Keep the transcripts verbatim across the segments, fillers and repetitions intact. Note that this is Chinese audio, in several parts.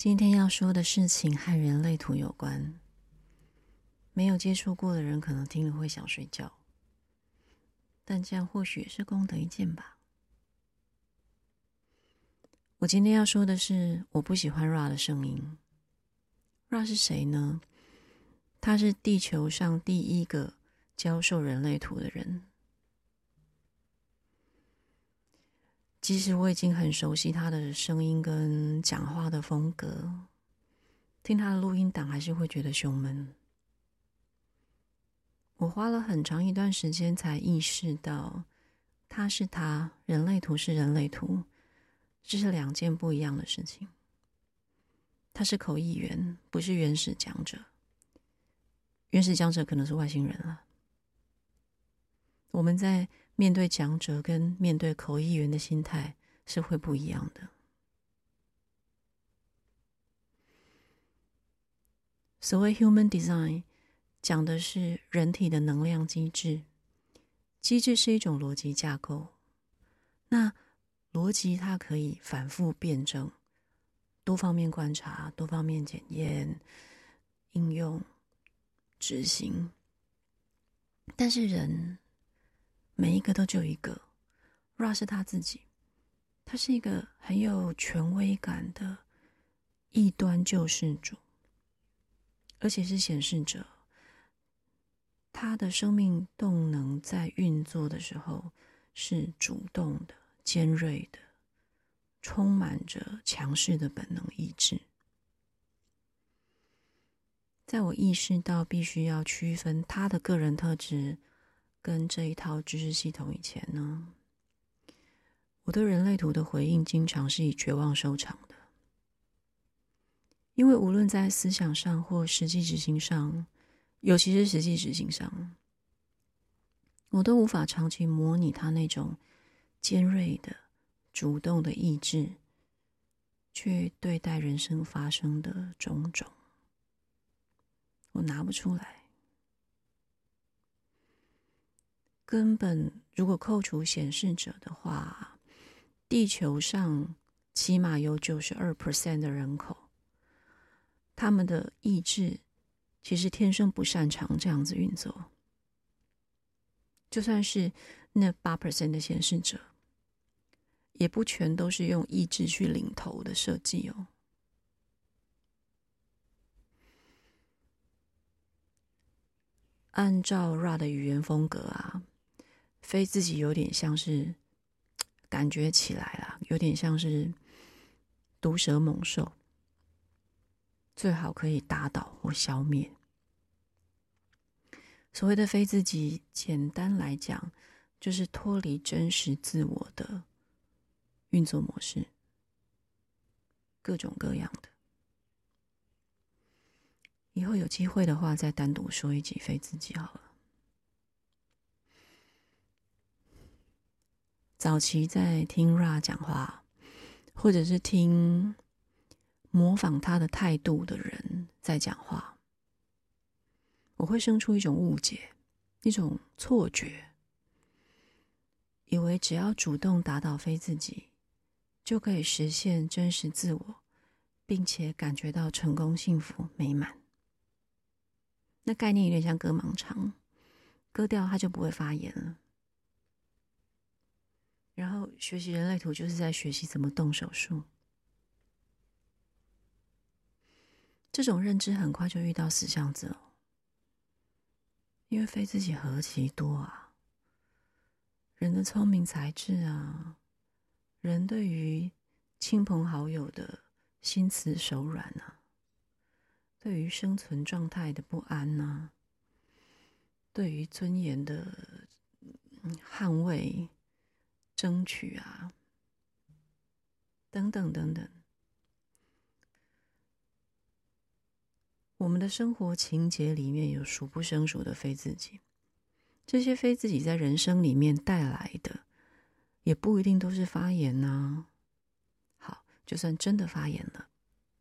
今天要说的事情和人类图有关，没有接触过的人可能听了会想睡觉，但这样或许也是功德一件吧。我今天要说的是，我不喜欢 Ra 的声音。Ra 是谁呢？他是地球上第一个教授人类图的人。即使我已经很熟悉他的声音跟讲话的风格，听他的录音档还是会觉得胸闷。我花了很长一段时间才意识到，他是他，人类图是人类图，这是两件不一样的事情。他是口译员，不是原始讲者。原始讲者可能是外星人了。我们在面对讲者跟面对口译员的心态是会不一样的。所谓 human design 讲的是人体的能量机制，机制是一种逻辑架构。那逻辑它可以反复辩证，多方面观察，多方面检验、应用、执行。但是人每一个都只有一个 Ra 是他自己，他是一个很有权威感的异端救世主，而且是显示者。他的生命动能在运作的时候是主动的、尖锐的，充满着强势的本能意志。在我意识到必须要区分他的个人特质跟这一套知识系统以前呢，我对人类图的回应经常是以绝望收场的。因为无论在思想上或实际执行上，尤其是实际执行上，我都无法长期模拟他那种尖锐的、主动的意志，去对待人生发生的种种。我拿不出来。根本如果扣除显示者的话，地球上起码有 百分之九十二 的人口，他们的意志其实天生不擅长这样子运作。就算是那 百分之八 的显示者，也不全都是用意志去领头的设计哦。按照 Ra 的语言风格啊，非自己有点像是，感觉起来啦，有点像是毒蛇猛兽，最好可以打倒或消灭。所谓的非自己，简单来讲，就是脱离真实自我的运作模式，各种各样的。以后有机会的话，再单独说一集非自己好了。早期在听 Ra 讲话，或者是听模仿他的态度的人在讲话，我会生出一种误解，一种错觉，以为只要主动打倒非自己，就可以实现真实自我，并且感觉到成功、幸福、美满。那概念有点像割盲肠，割掉它就不会发炎了。然后学习人类图就是在学习怎么动手术。这种认知很快就遇到死巷子哦，因为非自己何其多啊！人的聪明才智啊，人对于亲朋好友的心慈手软啊，对于生存状态的不安啊，对于尊严的捍卫、争取啊，等等等等。我们的生活情节里面有数不胜数的非自己，这些非自己在人生里面带来的，也不一定都是发炎啊。好，就算真的发炎了，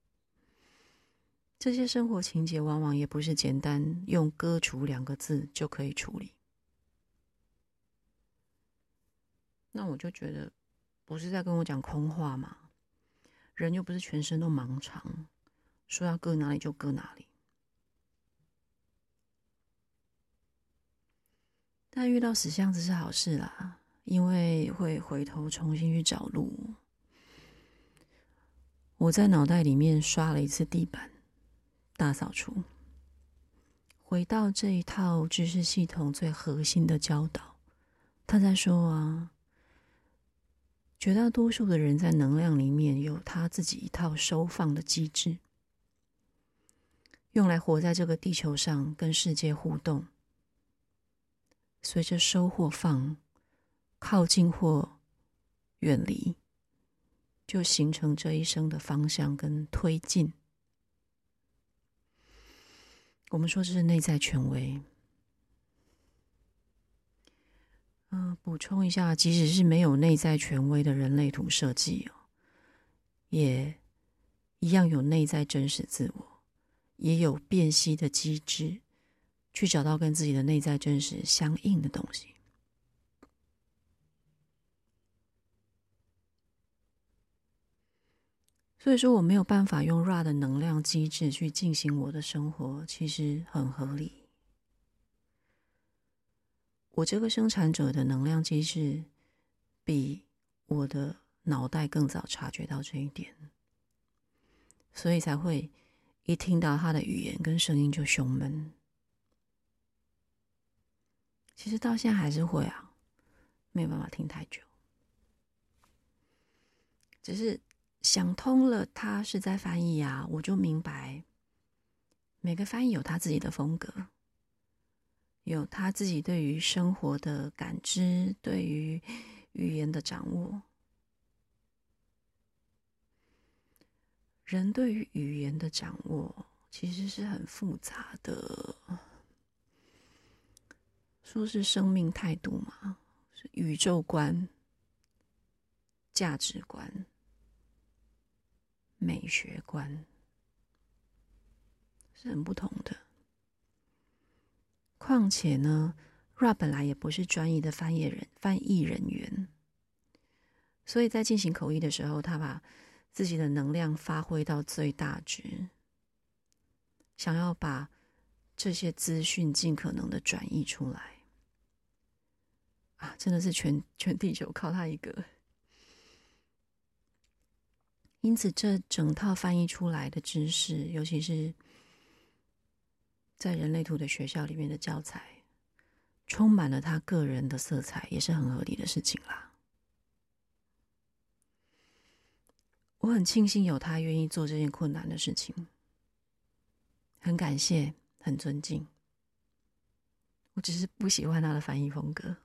这些生活情节往往也不是简单用割除两个字就可以处理。那我就觉得，不是在跟我讲空话吗？人又不是全身都盲肠， 说要搁哪里就搁哪里。但遇到死巷子是好事啦，因为会回头重新去找路。我在脑袋里面刷了一次地板，大扫除，回到这一套知识系统最核心的教导。他在说啊，绝大多数的人在能量里面有他自己一套收放的机制，用来活在这个地球上跟世界互动。随着收或放，靠近或远离，就形成这一生的方向跟推进。我们说这是内在权威。嗯、呃，补充一下，即使是没有内在权威的人类图设计哦，也一样有内在真实自我，也有辨析的机制，去找到跟自己的内在真实相应的东西。所以说我没有办法用 R A 的能量机制去进行我的生活，其实很合理。我这个生产者的能量机制比我的脑袋更早察觉到这一点，所以才会一听到他的语言跟声音就胸闷。其实到现在还是会啊，没有办法听太久，只是想通了他是在翻译啊，我就明白每个翻译有他自己的风格，有他自己对于生活的感知，对于语言的掌握。人对于语言的掌握其实是很复杂的，说是生命态度嘛，是宇宙观、价值观、美学观，是很不同的。况且呢 R A 本来也不是专业的翻译人翻译人员，所以在进行口译的时候，他把自己的能量发挥到最大值，想要把这些资讯尽可能的转译出来啊，真的是全全地球靠他一个。因此这整套翻译出来的知识，尤其是在人类图的学校里面的教材，充满了他个人的色彩，也是很合理的事情啦。我很庆幸有他愿意做这件困难的事情，很感谢，很尊敬。我只是不喜欢他的翻译风格，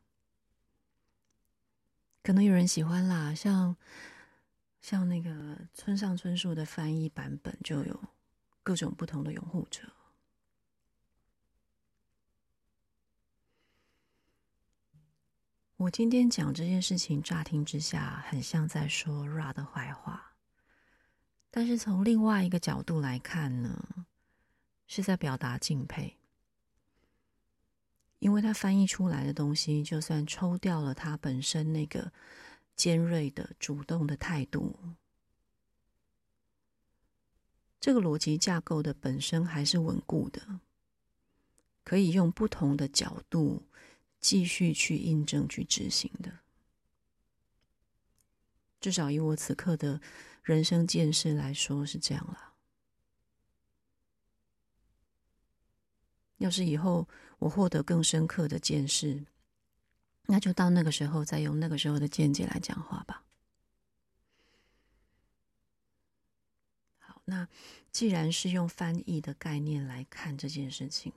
可能有人喜欢啦，像像那个村上春树的翻译版本就有各种不同的拥护者。我今天讲这件事情，乍听之下很像在说 R A 的坏话，但是从另外一个角度来看呢，是在表达敬佩。因为他翻译出来的东西，就算抽掉了他本身那个尖锐的主动的态度，这个逻辑架构的本身还是稳固的，可以用不同的角度继续去印证去执行的。至少以我此刻的人生见识来说是这样啦。要是以后我获得更深刻的见识，那就到那个时候再用那个时候的见解来讲话吧。好，那既然是用翻译的概念来看这件事情，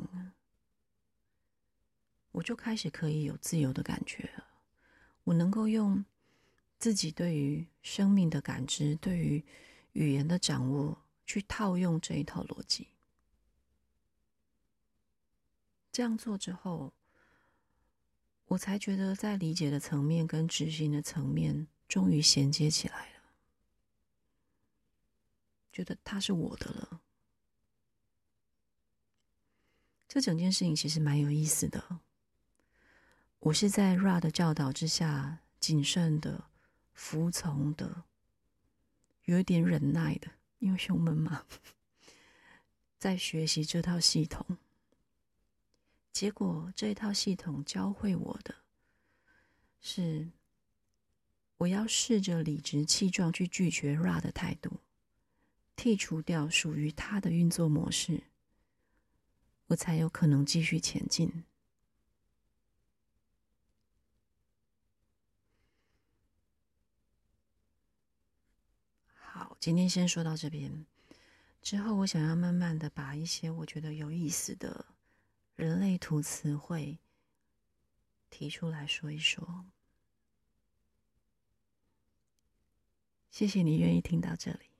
我就开始可以有自由的感觉了。我能够用自己对于生命的感知，对于语言的掌握，去套用这一套逻辑。这样做之后，我才觉得在理解的层面跟执行的层面终于衔接起来了，觉得它是我的了。这整件事情其实蛮有意思的。我是在 R A 的教导之下，谨慎的、服从的，有一点忍耐的，因为胸闷嘛， 在学习这套系统，结果这一套系统教会我的是，我要试着理直气壮去拒绝 Ra 的态度，剔除掉属于他的运作模式，我才有可能继续前进。好，今天先说到这边。之后我想要慢慢的把一些我觉得有意思的人类图词汇提出来说一说。谢谢你愿意听到这里。